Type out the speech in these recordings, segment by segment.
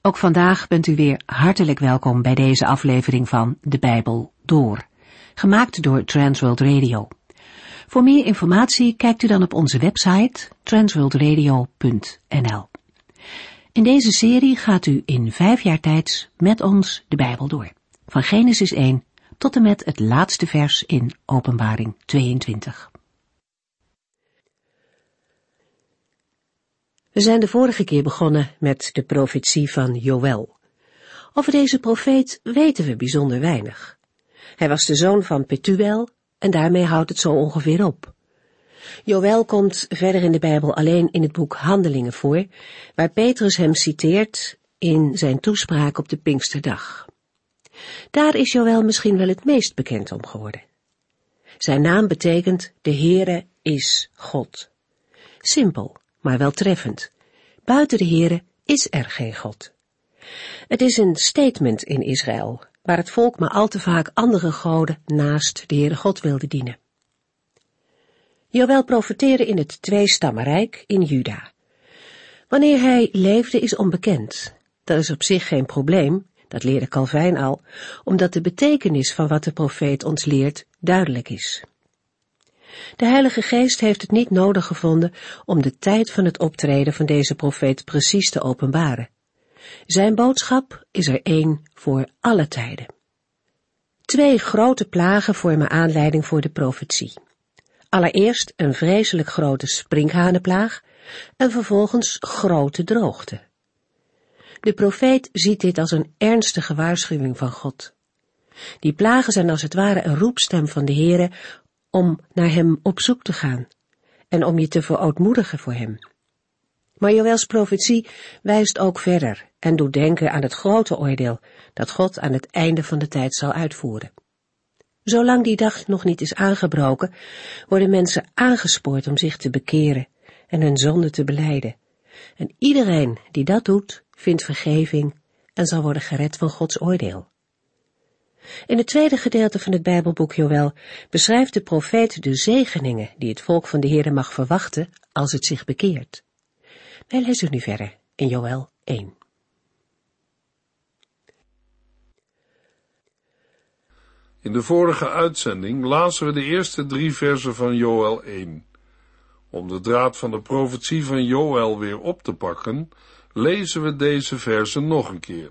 Ook vandaag bent u weer hartelijk welkom bij deze aflevering van De Bijbel Door, gemaakt door Transworld Radio. Voor meer informatie kijkt u dan op onze website transworldradio.nl. In deze serie gaat u in 5 jaar tijd met ons de Bijbel door, van Genesis 1 tot en met het laatste vers in Openbaring 22. We zijn de vorige keer begonnen met de profetie van Joël. Over deze profeet weten we bijzonder weinig. Hij was de zoon van Petuel en daarmee houdt het zo ongeveer op. Joël komt verder in de Bijbel alleen in het boek Handelingen voor, waar Petrus hem citeert in zijn toespraak op de Pinksterdag. Daar is Joël misschien wel het meest bekend om geworden. Zijn naam betekent de Heere is God. Simpel, maar wel treffend. Buiten de Heere is er geen God. Het is een statement in Israël, waar het volk maar al te vaak andere goden naast de Heere God wilde dienen. Joël profeteerde in het tweestammenrijk in Juda. Wanneer hij leefde is onbekend. Dat is op zich geen probleem, dat leerde Calvijn al, omdat de betekenis van wat de profeet ons leert duidelijk is. De Heilige Geest heeft het niet nodig gevonden om de tijd van het optreden van deze profeet precies te openbaren. Zijn boodschap is er één voor alle tijden. 2 grote plagen vormen aanleiding voor de profetie. Allereerst een vreselijk grote sprinkhanenplaag en vervolgens grote droogte. De profeet ziet dit als een ernstige waarschuwing van God. Die plagen zijn als het ware een roepstem van de Heere om naar hem op zoek te gaan en om je te verootmoedigen voor hem. Maar Joëls profetie wijst ook verder en doet denken aan het grote oordeel dat God aan het einde van de tijd zal uitvoeren. Zolang die dag nog niet is aangebroken, worden mensen aangespoord om zich te bekeren en hun zonde te belijden. En iedereen die dat doet, vindt vergeving en zal worden gered van Gods oordeel. In het tweede gedeelte van het Bijbelboek Joël beschrijft de profeet de zegeningen die het volk van de Heere mag verwachten als het zich bekeert. Wij lezen nu verder in Joël 1. In de vorige uitzending lazen we de eerste 3 versen van Joël 1. Om de draad van de profetie van Joël weer op te pakken, lezen we deze versen nog een keer.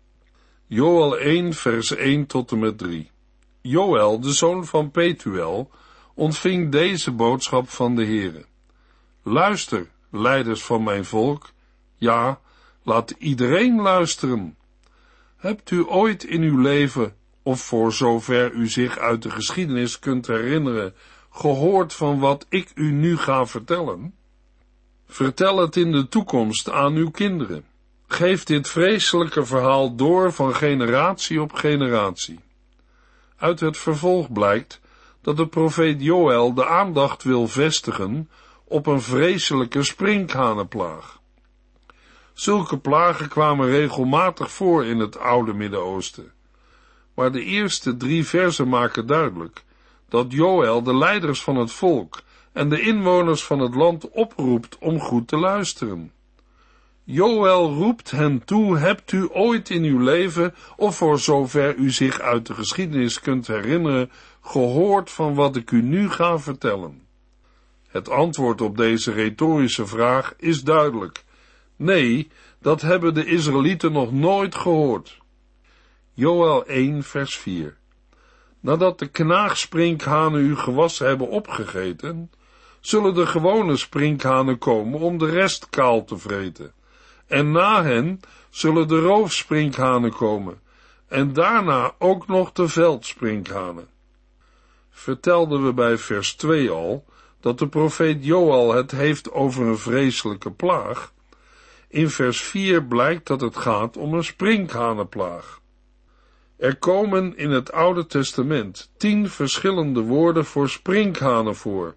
Joël 1 vers 1 tot en met 3. Joël, de zoon van Petuel, ontving deze boodschap van de Heere. Luister, leiders van mijn volk, ja, laat iedereen luisteren. Hebt u ooit in uw leven, of voor zover u zich uit de geschiedenis kunt herinneren, gehoord van wat ik u nu ga vertellen? Vertel het in de toekomst aan uw kinderen. Geef dit vreselijke verhaal door van generatie op generatie. Uit het vervolg blijkt dat de profeet Joël de aandacht wil vestigen op een vreselijke sprinkhanenplaag. Zulke plagen kwamen regelmatig voor in het oude Midden-Oosten. Maar de eerste 3 versen maken duidelijk dat Joël de leiders van het volk en de inwoners van het land oproept om goed te luisteren. Joël roept hen toe, hebt u ooit in uw leven, of voor zover u zich uit de geschiedenis kunt herinneren, gehoord van wat ik u nu ga vertellen? Het antwoord op deze retorische vraag is duidelijk. Nee, dat hebben de Israëlieten nog nooit gehoord. Joël 1 vers 4. Nadat de knaagsprinkhanen uw gewas hebben opgegeten, zullen de gewone sprinkhanen komen om de rest kaal te vreten. En na hen zullen de roofsprinkhanen komen, en daarna ook nog de veldsprinkhanen. Vertelden we bij vers 2 al, dat de profeet Joël het heeft over een vreselijke plaag. In vers 4 blijkt dat het gaat om een sprinkhanenplaag. Er komen in het Oude Testament 10 verschillende woorden voor sprinkhanen voor.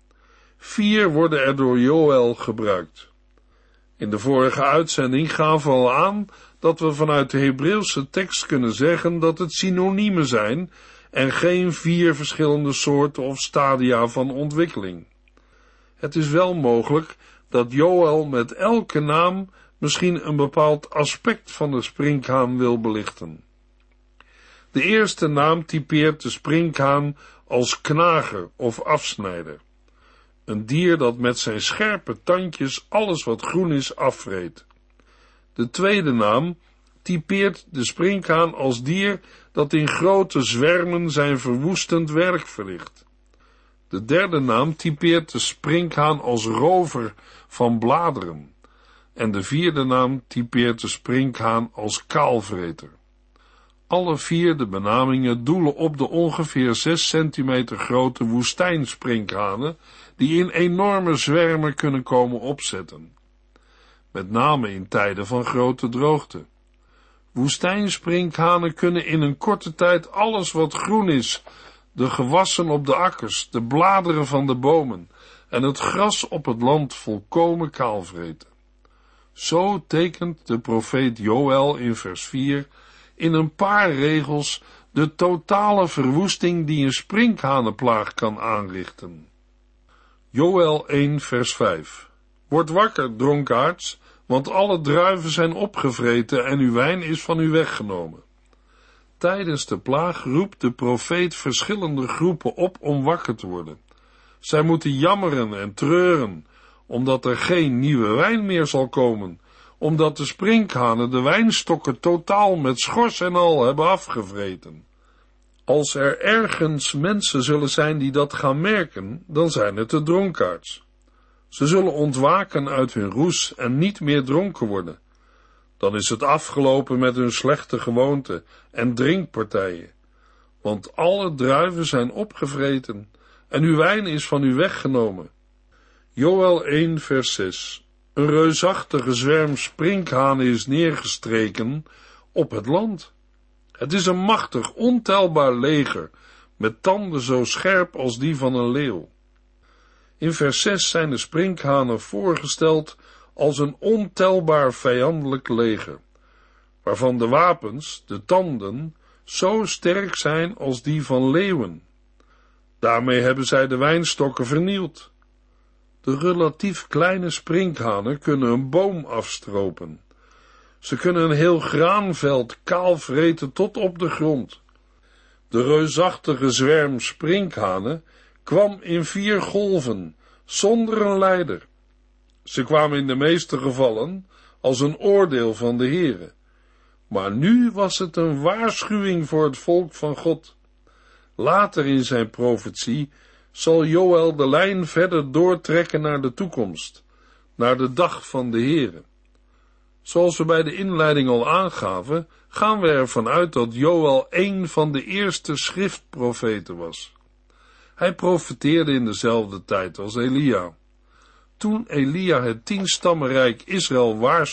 4 worden er door Joël gebruikt. In de vorige uitzending gaven we al aan dat we vanuit de Hebreeuwse tekst kunnen zeggen dat het synoniemen zijn en geen 4 verschillende soorten of stadia van ontwikkeling. Het is wel mogelijk dat Joël met elke naam misschien een bepaald aspect van de sprinkhaan wil belichten. De eerste naam typeert de sprinkhaan als knager of afsnijder. Een dier dat met zijn scherpe tandjes alles wat groen is afvreet. De tweede naam typeert de sprinkhaan als dier dat in grote zwermen zijn verwoestend werk verricht. De derde naam typeert de sprinkhaan als rover van bladeren. En de vierde naam typeert de sprinkhaan als kaalvreter. Alle vier de benamingen doelen op de ongeveer 6 centimeter grote woestijnsprinkhanen die in enorme zwermen kunnen komen opzetten. Met name in tijden van grote droogte. Woestijnsprinkhanen kunnen in een korte tijd alles wat groen is, de gewassen op de akkers, de bladeren van de bomen en het gras op het land volkomen kaalvreten. Zo tekent de profeet Joël in vers 4 in een paar regels de totale verwoesting die een sprinkhanenplaag kan aanrichten. Joël 1 vers 5. Word wakker, dronkaards, want alle druiven zijn opgevreten en uw wijn is van u weggenomen. Tijdens de plaag roept de profeet verschillende groepen op om wakker te worden. Zij moeten jammeren en treuren, omdat er geen nieuwe wijn meer zal komen, omdat de sprinkhanen de wijnstokken totaal met schors en al hebben afgevreten. Als er ergens mensen zullen zijn die dat gaan merken, dan zijn het de dronkaards. Ze zullen ontwaken uit hun roes en niet meer dronken worden. Dan is het afgelopen met hun slechte gewoonten en drinkpartijen. Want alle druiven zijn opgevreten en uw wijn is van u weggenomen. Joël 1 vers 6. Een reusachtige zwerm sprinkhanen is neergestreken op het land. Het is een machtig, ontelbaar leger, met tanden zo scherp als die van een leeuw. In vers 6 zijn de sprinkhanen voorgesteld als een ontelbaar vijandelijk leger, waarvan de wapens, de tanden, zo sterk zijn als die van leeuwen. Daarmee hebben zij de wijnstokken vernield. De relatief kleine sprinkhanen kunnen een boom afstropen. Ze kunnen een heel graanveld kaal vreten tot op de grond. De reusachtige zwerm sprinkhanen kwam in 4 golven, zonder een leider. Ze kwamen in de meeste gevallen als een oordeel van de Heere. Maar nu was het een waarschuwing voor het volk van God. Later in zijn profetie zal Joël de lijn verder doortrekken naar de toekomst, naar de dag van de Heere. Zoals we bij de inleiding al aangaven, gaan we ervan uit dat Joël een van de eerste schriftprofeten was. Hij profeteerde in dezelfde tijd als Elia. Toen Elia het 10-stammenrijk Israël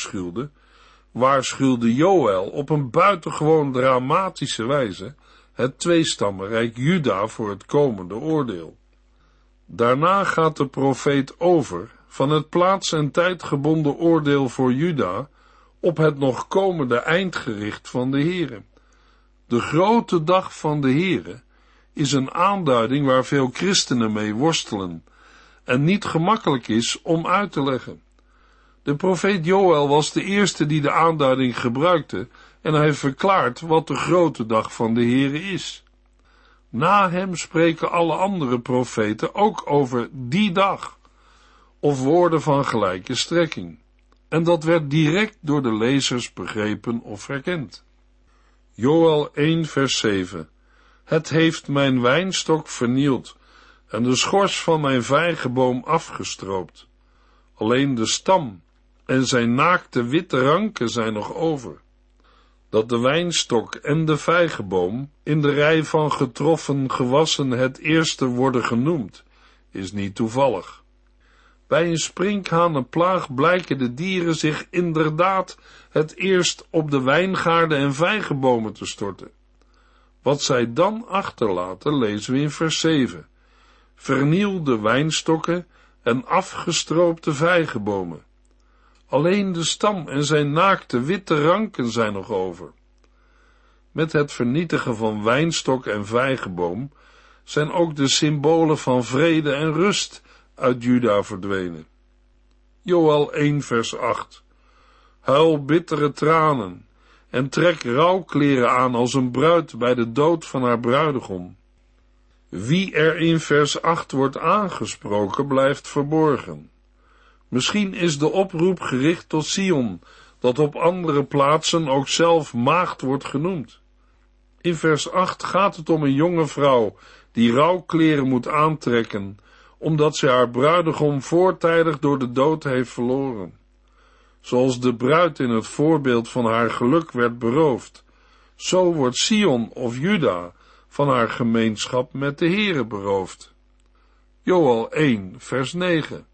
waarschuwde Joël op een buitengewoon dramatische wijze het 2-stammenrijk Juda voor het komende oordeel. Daarna gaat de profeet over van het plaats- en tijdgebonden oordeel voor Juda op het nog komende eindgericht van de Heere. De grote dag van de Heere is een aanduiding waar veel christenen mee worstelen en niet gemakkelijk is om uit te leggen. De profeet Joël was de eerste die de aanduiding gebruikte en hij verklaart wat de grote dag van de Heere is. Na hem spreken alle andere profeten ook over die dag, of woorden van gelijke strekking. En dat werd direct door de lezers begrepen of herkend. Joël 1 vers 7. Het heeft mijn wijnstok vernield en de schors van mijn vijgenboom afgestroopt. Alleen de stam en zijn naakte witte ranken zijn nog over. Dat de wijnstok en de vijgenboom in de rij van getroffen gewassen het eerste worden genoemd, is niet toevallig. Bij een sprinkhanenplaag blijken de dieren zich inderdaad het eerst op de wijngaarden en vijgenbomen te storten. Wat zij dan achterlaten lezen we in vers 7. Vernielde wijnstokken en afgestroopte vijgenbomen. Alleen de stam en zijn naakte witte ranken zijn nog over. Met het vernietigen van wijnstok en vijgenboom zijn ook de symbolen van vrede en rust uit Juda verdwenen. Joël 1 vers 8. Huil bittere tranen en trek rouwkleren aan als een bruid bij de dood van haar bruidegom. Wie er in vers 8 wordt aangesproken, blijft verborgen. Misschien is de oproep gericht tot Sion, dat op andere plaatsen ook zelf maagd wordt genoemd. In vers 8 gaat het om een jonge vrouw die rouwkleren moet aantrekken, omdat ze haar bruidegom voortijdig door de dood heeft verloren. Zoals de bruid in het voorbeeld van haar geluk werd beroofd, zo wordt Sion of Juda van haar gemeenschap met de Heere beroofd. Joël 1, vers 9.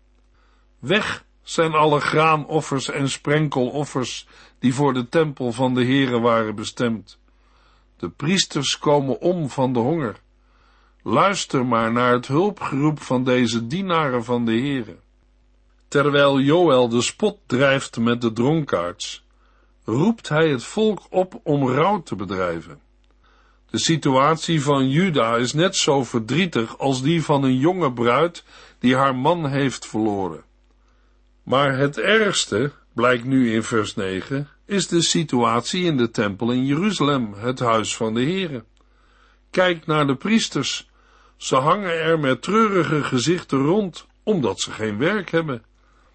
Weg zijn alle graanoffers en sprenkeloffers die voor de tempel van de Heere waren bestemd. De priesters komen om van de honger. Luister maar naar het hulpgeroep van deze dienaren van de Heere. Terwijl Joël de spot drijft met de dronkaards, roept hij het volk op om rouw te bedrijven. De situatie van Juda is net zo verdrietig als die van een jonge bruid die haar man heeft verloren. Maar het ergste, blijkt nu in vers 9, is de situatie in de tempel in Jeruzalem, het huis van de Heere. Kijk naar de priesters. Ze hangen er met treurige gezichten rond, omdat ze geen werk hebben.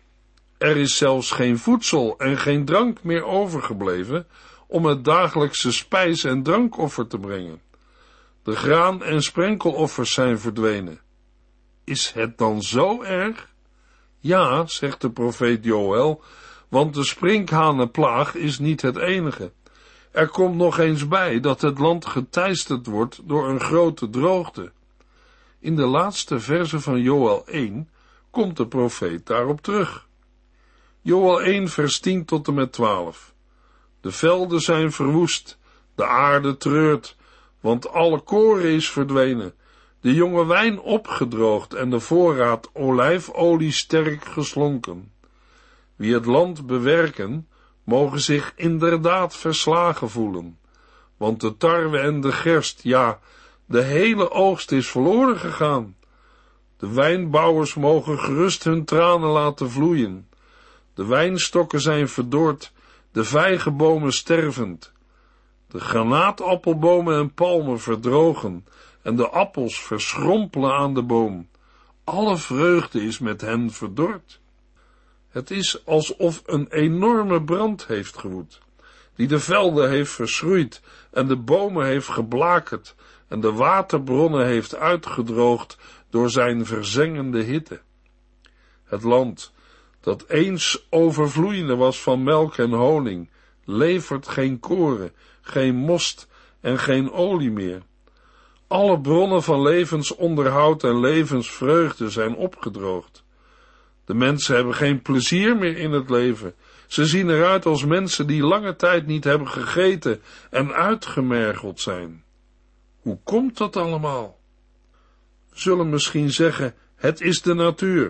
Er is zelfs geen voedsel en geen drank meer overgebleven om het dagelijkse spijs- en drankoffer te brengen. De graan- en sprenkeloffers zijn verdwenen. Is het dan zo erg? Ja, zegt de profeet Joël, want de sprinkhanenplaag is niet het enige. Er komt nog eens bij dat het land geteisterd wordt door een grote droogte. In de laatste verse van Joël 1 komt de profeet daarop terug. Joël 1 vers 10 tot en met 12. De velden zijn verwoest, de aarde treurt, want alle koren is verdwenen, de jonge wijn opgedroogd en de voorraad olijfolie sterk geslonken. Wie het land bewerken, mogen zich inderdaad verslagen voelen, want de tarwe en de gerst, ja, de hele oogst is verloren gegaan. De wijnbouwers mogen gerust hun tranen laten vloeien. De wijnstokken zijn verdord, de vijgenbomen stervend. De granaatappelbomen en palmen verdrogen en de appels verschrompelen aan de boom. Alle vreugde is met hen verdord. Het is alsof een enorme brand heeft gewoed, die de velden heeft verschroeid en de bomen heeft geblakerd en de waterbronnen heeft uitgedroogd door zijn verzengende hitte. Het land, dat eens overvloeiende was van melk en honing, levert geen koren, geen most en geen olie meer. Alle bronnen van levensonderhoud en levensvreugde zijn opgedroogd. De mensen hebben geen plezier meer in het leven. Ze zien eruit als mensen die lange tijd niet hebben gegeten en uitgemergeld zijn. Hoe komt dat allemaal? We zullen misschien zeggen, het is de natuur.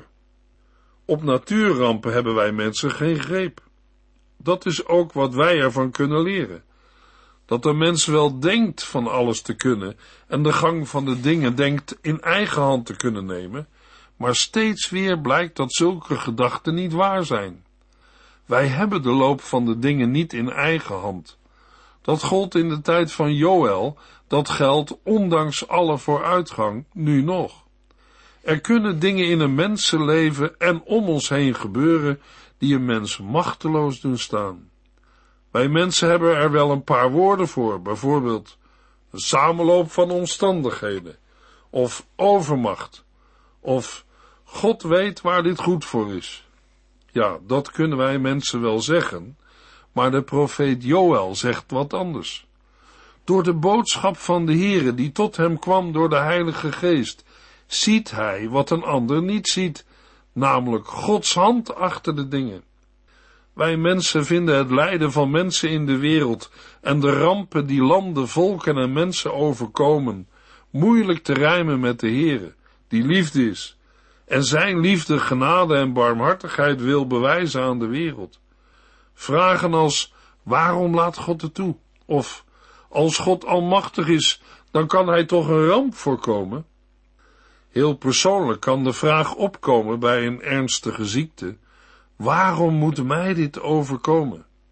Op natuurrampen hebben wij mensen geen greep. Dat is ook wat wij ervan kunnen leren. Dat de mens wel denkt van alles te kunnen en de gang van de dingen denkt in eigen hand te kunnen nemen, maar steeds weer blijkt dat zulke gedachten niet waar zijn. Wij hebben de loop van de dingen niet in eigen hand. Dat gold in de tijd van Joël, dat geldt ondanks alle vooruitgang nu nog. Er kunnen dingen in een mensenleven en om ons heen gebeuren die een mens machteloos doen staan. Wij mensen hebben er wel een paar woorden voor, bijvoorbeeld een samenloop van omstandigheden, of overmacht, of God weet waar dit goed voor is. Ja, dat kunnen wij mensen wel zeggen, maar de profeet Joël zegt wat anders. Door de boodschap van de Heere die tot hem kwam door de Heilige Geest, ziet hij wat een ander niet ziet, namelijk Gods hand achter de dingen. Wij mensen vinden het lijden van mensen in de wereld en de rampen die landen, volken en mensen overkomen, moeilijk te rijmen met de Heere, die liefde is, en zijn liefde, genade en barmhartigheid wil bewijzen aan de wereld. Vragen als, waarom laat God het toe? Of, als God almachtig is, dan kan hij toch een ramp voorkomen? Heel persoonlijk kan de vraag opkomen bij een ernstige ziekte, waarom moet mij dit overkomen?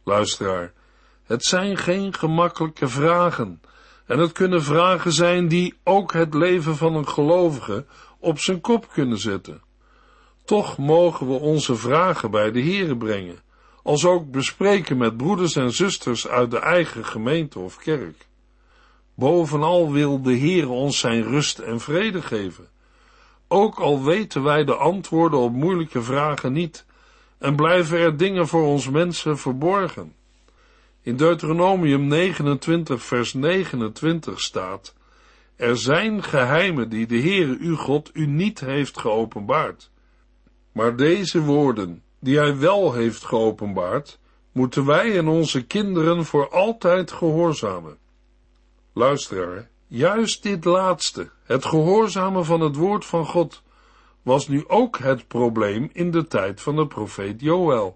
Luisteraar, het zijn geen gemakkelijke vragen, en het kunnen vragen zijn die ook het leven van een gelovige op zijn kop kunnen zetten. Toch mogen we onze vragen bij de Here brengen, als ook bespreken met broeders en zusters uit de eigen gemeente of kerk. Bovenal wil de Heer ons zijn rust en vrede geven, ook al weten wij de antwoorden op moeilijke vragen niet, en blijven er dingen voor ons mensen verborgen. In Deuteronomium 29 vers 29 staat: er zijn geheimen die de Heere uw God u niet heeft geopenbaard. Maar deze woorden, die hij wel heeft geopenbaard, moeten wij en onze kinderen voor altijd gehoorzamen. Luisteraar, juist dit laatste, het gehoorzamen van het woord van God, was nu ook het probleem in de tijd van de profeet Joël.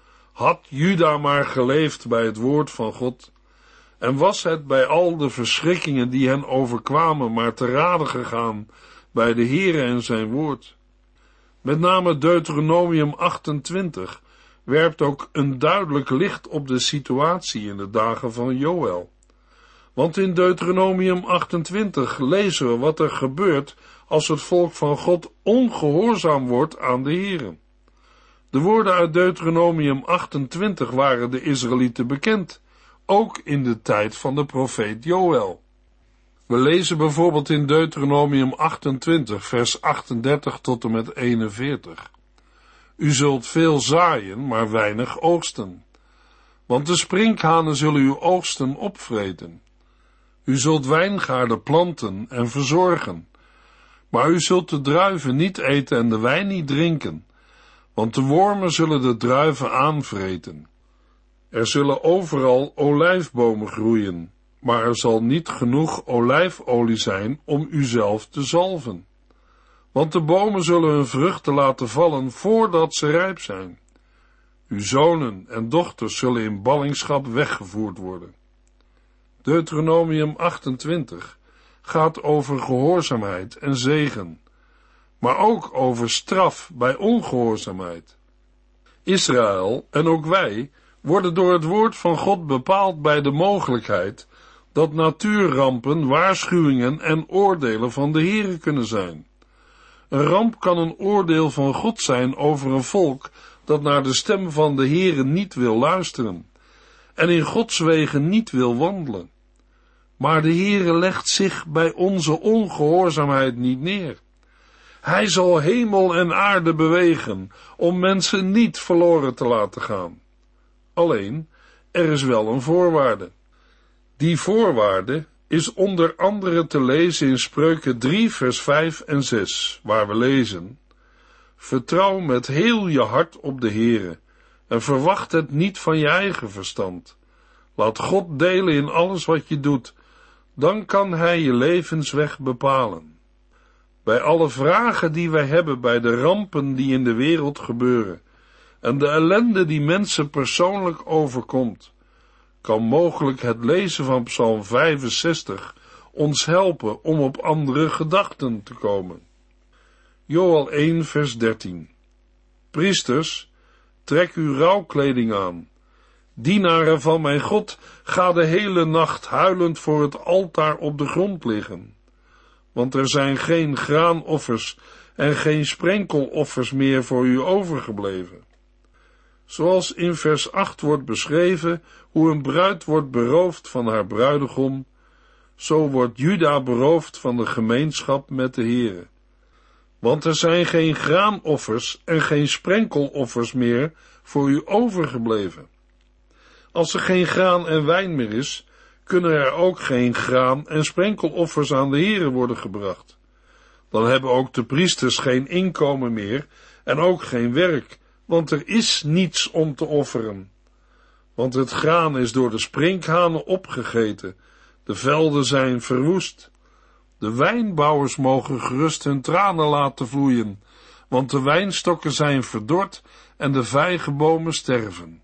Had Juda maar geleefd bij het woord van God, en was het bij al de verschrikkingen die hen overkwamen maar te raden gegaan bij de Heere en zijn woord. Met name Deuteronomium 28 werpt ook een duidelijk licht op de situatie in de dagen van Joël. Want in Deuteronomium 28 lezen we wat er gebeurt als het volk van God ongehoorzaam wordt aan de Heere. De woorden uit Deuteronomium 28 waren de Israëlieten bekend, ook in de tijd van de profeet Joël. We lezen bijvoorbeeld in Deuteronomium 28 vers 38 tot en met 41. U zult veel zaaien, maar weinig oogsten, want de sprinkhanen zullen uw oogsten opvreten. U zult wijngaarden planten en verzorgen, maar u zult de druiven niet eten en de wijn niet drinken, want de wormen zullen de druiven aanvreten. Er zullen overal olijfbomen groeien, maar er zal niet genoeg olijfolie zijn om uzelf te zalven. Want de bomen zullen hun vruchten laten vallen voordat ze rijp zijn. Uw zonen en dochters zullen in ballingschap weggevoerd worden. Deuteronomium 28 gaat over gehoorzaamheid en zegen, maar ook over straf bij ongehoorzaamheid. Israël en ook wij worden door het woord van God bepaald bij de mogelijkheid dat natuurrampen, waarschuwingen en oordelen van de Heere kunnen zijn. Een ramp kan een oordeel van God zijn over een volk dat naar de stem van de Heere niet wil luisteren en in Gods wegen niet wil wandelen. Maar de Heere legt zich bij onze ongehoorzaamheid niet neer. Hij zal hemel en aarde bewegen om mensen niet verloren te laten gaan. Alleen, er is wel een voorwaarde. Die voorwaarde is onder andere te lezen in Spreuken 3 vers 5 en 6, waar we lezen: vertrouw met heel je hart op de Heere en verwacht het niet van je eigen verstand. Laat God delen in alles wat je doet, dan kan hij je levensweg bepalen. Bij alle vragen die wij hebben bij de rampen die in de wereld gebeuren en de ellende die mensen persoonlijk overkomt, kan mogelijk het lezen van Psalm 65 ons helpen om op andere gedachten te komen. Joël 1 vers 13. Priesters, trek uw rouwkleding aan. Dienaren van mijn God, ga de hele nacht huilend voor het altaar op de grond liggen. Want er zijn geen graanoffers en geen sprenkeloffers meer voor u overgebleven. Zoals in vers 8 wordt beschreven hoe een bruid wordt beroofd van haar bruidegom, zo wordt Juda beroofd van de gemeenschap met de Heere. Want er zijn geen graanoffers en geen sprenkeloffers meer voor u overgebleven. Als er geen graan en wijn meer is, kunnen er ook geen graan en sprenkeloffers aan de Heere worden gebracht. Dan hebben ook de priesters geen inkomen meer en ook geen werk, want er is niets om te offeren. Want het graan is door de sprinkhanen opgegeten, de velden zijn verwoest. De wijnbouwers mogen gerust hun tranen laten vloeien, want de wijnstokken zijn verdord en de vijgenbomen sterven.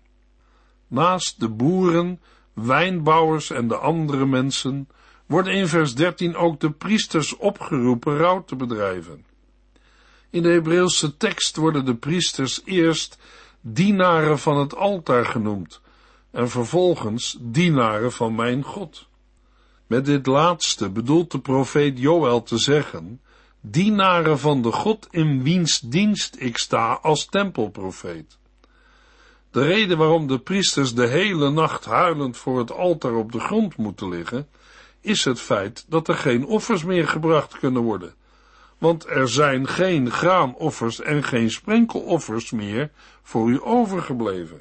Naast de boeren, wijnbouwers en de andere mensen worden in vers 13 ook de priesters opgeroepen rouw te bedrijven. In de Hebreeuwse tekst worden de priesters eerst dienaren van het altaar genoemd, en vervolgens dienaren van mijn God. Met dit laatste bedoelt de profeet Joël te zeggen, dienaren van de God in wiens dienst ik sta als tempelprofeet. De reden waarom de priesters de hele nacht huilend voor het altaar op de grond moeten liggen, is het feit dat er geen offers meer gebracht kunnen worden, want er zijn geen graanoffers en geen sprenkeloffers meer voor u overgebleven.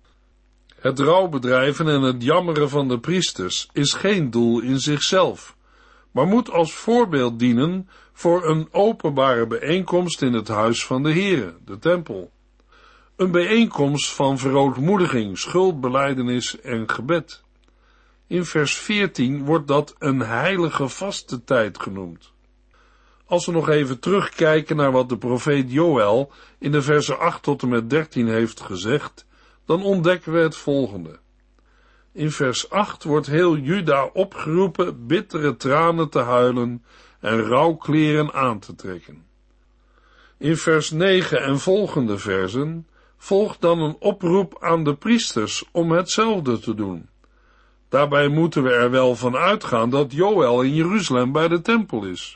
Het rouwbedrijven en het jammeren van de priesters is geen doel in zichzelf, maar moet als voorbeeld dienen voor een openbare bijeenkomst in het huis van de Heere, de tempel. Een bijeenkomst van verootmoediging, schuldbelijdenis en gebed. In vers 14 wordt dat een heilige vastentijd genoemd. Als we nog even terugkijken naar wat de profeet Joël in de versen 8 tot en met 13 heeft gezegd, dan ontdekken we het volgende. In vers 8 wordt heel Juda opgeroepen bittere tranen te huilen en rouwkleren aan te trekken. In vers 9 en volgende versen volgt dan een oproep aan de priesters om hetzelfde te doen. Daarbij moeten we er wel van uitgaan dat Joël in Jeruzalem bij de tempel is.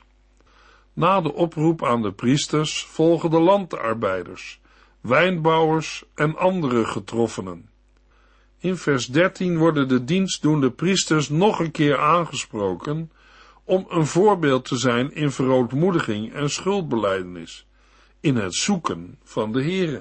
Na de oproep aan de priesters volgen de landarbeiders, wijnbouwers en andere getroffenen. In vers 13 worden de dienstdoende priesters nog een keer aangesproken om een voorbeeld te zijn in verootmoediging en schuldbelijdenis, in het zoeken van de Heere.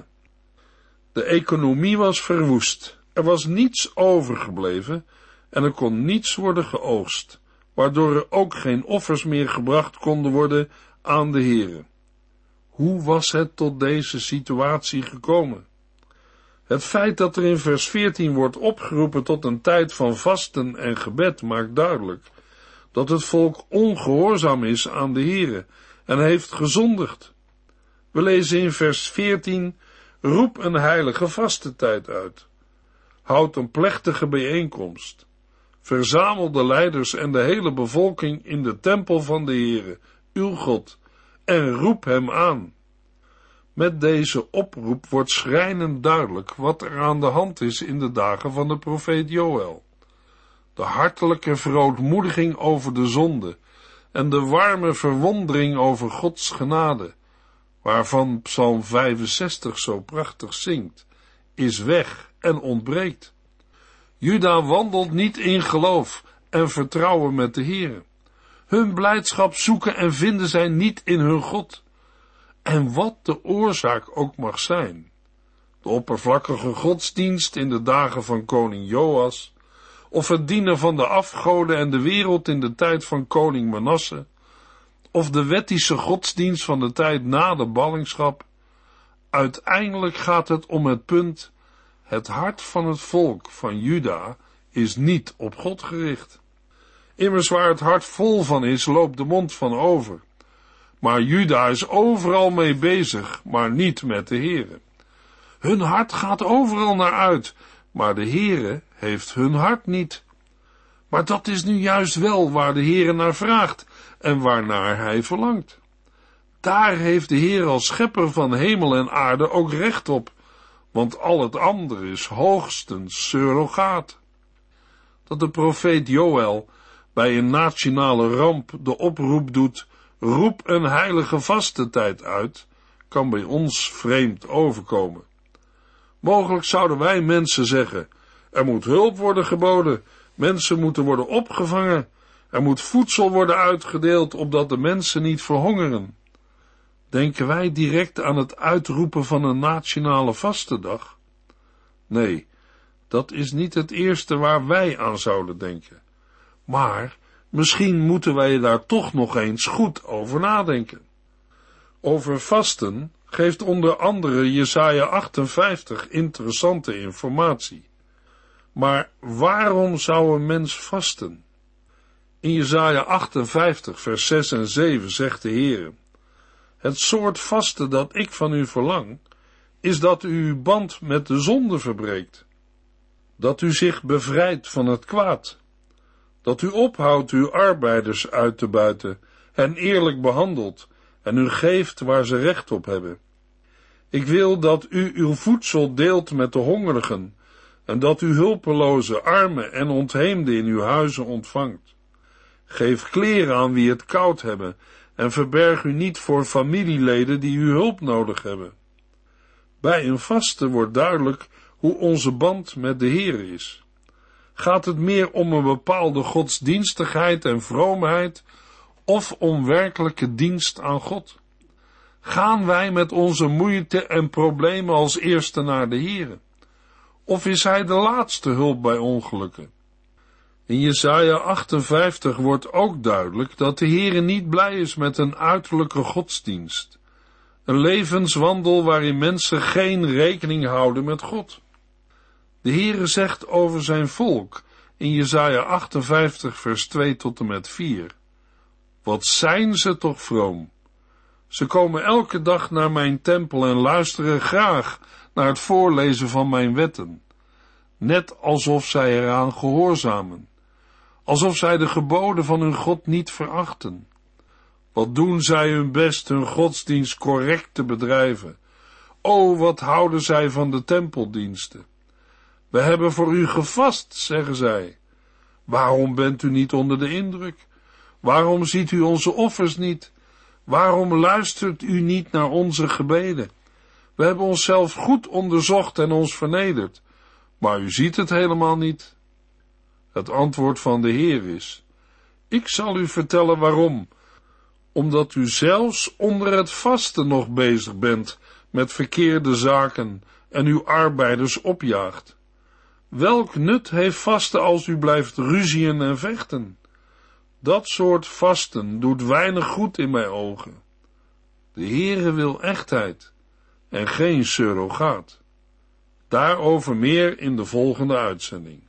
De economie was verwoest, er was niets overgebleven en er kon niets worden geoogst, waardoor er ook geen offers meer gebracht konden worden aan de Heere. Hoe was het tot deze situatie gekomen? Het feit dat er in vers 14 wordt opgeroepen tot een tijd van vasten en gebed maakt duidelijk dat het volk ongehoorzaam is aan de Heere en heeft gezondigd. We lezen in vers 14, roep een heilige vastentijd uit. Houd een plechtige bijeenkomst. Verzamel de leiders en de hele bevolking in de tempel van de Heere, uw God, en roep hem aan. Met deze oproep wordt schrijnend duidelijk wat er aan de hand is in de dagen van de profeet Joël. De hartelijke verootmoediging over de zonde en de warme verwondering over Gods genade, waarvan Psalm 65 zo prachtig zingt, is weg en ontbreekt. Juda wandelt niet in geloof en vertrouwen met de Heere. Hun blijdschap zoeken en vinden zij niet in hun God. En wat de oorzaak ook mag zijn, de oppervlakkige godsdienst in de dagen van koning Joas, of het dienen van de afgoden en de wereld in de tijd van koning Manasse, of de wettische godsdienst van de tijd na de ballingschap, uiteindelijk gaat het om het punt, het hart van het volk van Juda is niet op God gericht. Immers waar het hart vol van is, loopt de mond van over. Maar Juda is overal mee bezig, maar niet met de Heere. Hun hart gaat overal naar uit, maar de Heere heeft hun hart niet. Maar dat is nu juist wel waar de Heere naar vraagt en waarnaar hij verlangt. Daar heeft de Heer als schepper van hemel en aarde ook recht op, want al het andere is hoogstens surrogaat. Dat de profeet Joël bij een nationale ramp de oproep doet, roep een heilige vastentijd uit, kan bij ons vreemd overkomen. Mogelijk zouden wij mensen zeggen, er moet hulp worden geboden, mensen moeten worden opgevangen, er moet voedsel worden uitgedeeld, opdat de mensen niet verhongeren. Denken wij direct aan het uitroepen van een nationale vastendag? Nee, dat is niet het eerste waar wij aan zouden denken. Maar misschien moeten wij daar toch nog eens goed over nadenken. Over vasten geeft onder andere Jesaja 58 interessante informatie. Maar waarom zou een mens vasten? In Jesaja 58 vers 6 en 7 zegt de Heere, het soort vasten dat ik van u verlang, is dat u uw band met de zonde verbreekt, dat u zich bevrijdt van het kwaad, dat u ophoudt uw arbeiders uit te buiten, hen eerlijk behandelt en u geeft waar ze recht op hebben. Ik wil dat u uw voedsel deelt met de hongerigen, en dat u hulpeloze, armen en ontheemden in uw huizen ontvangt. Geef kleren aan wie het koud hebben en verberg u niet voor familieleden die uw hulp nodig hebben. Bij een vaste wordt duidelijk hoe onze band met de Heer is. Gaat het meer om een bepaalde godsdienstigheid en vroomheid of om werkelijke dienst aan God? Gaan wij met onze moeite en problemen als eerste naar de Heer? Of is Hij de laatste hulp bij ongelukken? In Jesaja 58 wordt ook duidelijk dat de Heere niet blij is met een uiterlijke godsdienst. Een levenswandel waarin mensen geen rekening houden met God. De Heere zegt over zijn volk in Jesaja 58 vers 2 tot en met 4. Wat zijn ze toch vroom? Ze komen elke dag naar mijn tempel en luisteren graag naar het voorlezen van mijn wetten. Net alsof zij eraan gehoorzamen. Alsof zij de geboden van hun God niet verachten. Wat doen zij hun best hun godsdienst correct te bedrijven. O, wat houden zij van de tempeldiensten. We hebben voor u gevast, zeggen zij. Waarom bent u niet onder de indruk? Waarom ziet u onze offers niet? Waarom luistert u niet naar onze gebeden? We hebben onszelf goed onderzocht en ons vernederd, maar u ziet het helemaal niet. Het antwoord van de Heer is: ik zal u vertellen waarom. Omdat u zelfs onder het vasten nog bezig bent met verkeerde zaken en uw arbeiders opjaagt. Welk nut heeft vasten als u blijft ruzien en vechten? Dat soort vasten doet weinig goed in mijn ogen. De Heere wil echtheid en geen surrogaat. Daarover meer in de volgende uitzending.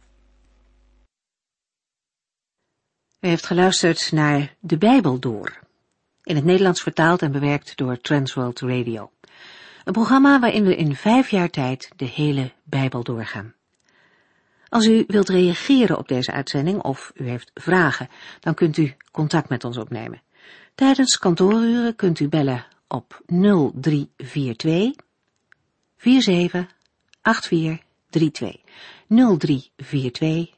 U heeft geluisterd naar De Bijbel Door, in het Nederlands vertaald en bewerkt door Transworld Radio. Een programma waarin we in 5 jaar tijd de hele Bijbel doorgaan. Als u wilt reageren op deze uitzending of u heeft vragen, dan kunt u contact met ons opnemen. Tijdens kantooruren kunt u bellen op 0342 478432. 0342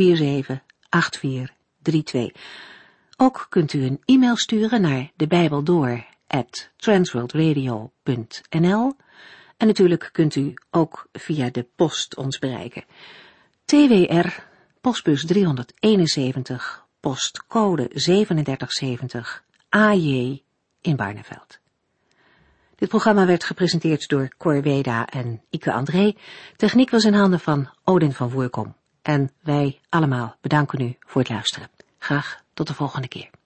478432. Ook kunt u een e-mail sturen naar debijbeldoor@transworldradio.nl en natuurlijk kunt u ook via de post ons bereiken. TWR, postbus 371, postcode 3770, AJ in Barneveld. Dit programma werd gepresenteerd door Cor Weda en Ike André. Techniek was in handen van Odin van Voerkom. En wij allemaal bedanken u voor het luisteren. Graag tot de volgende keer.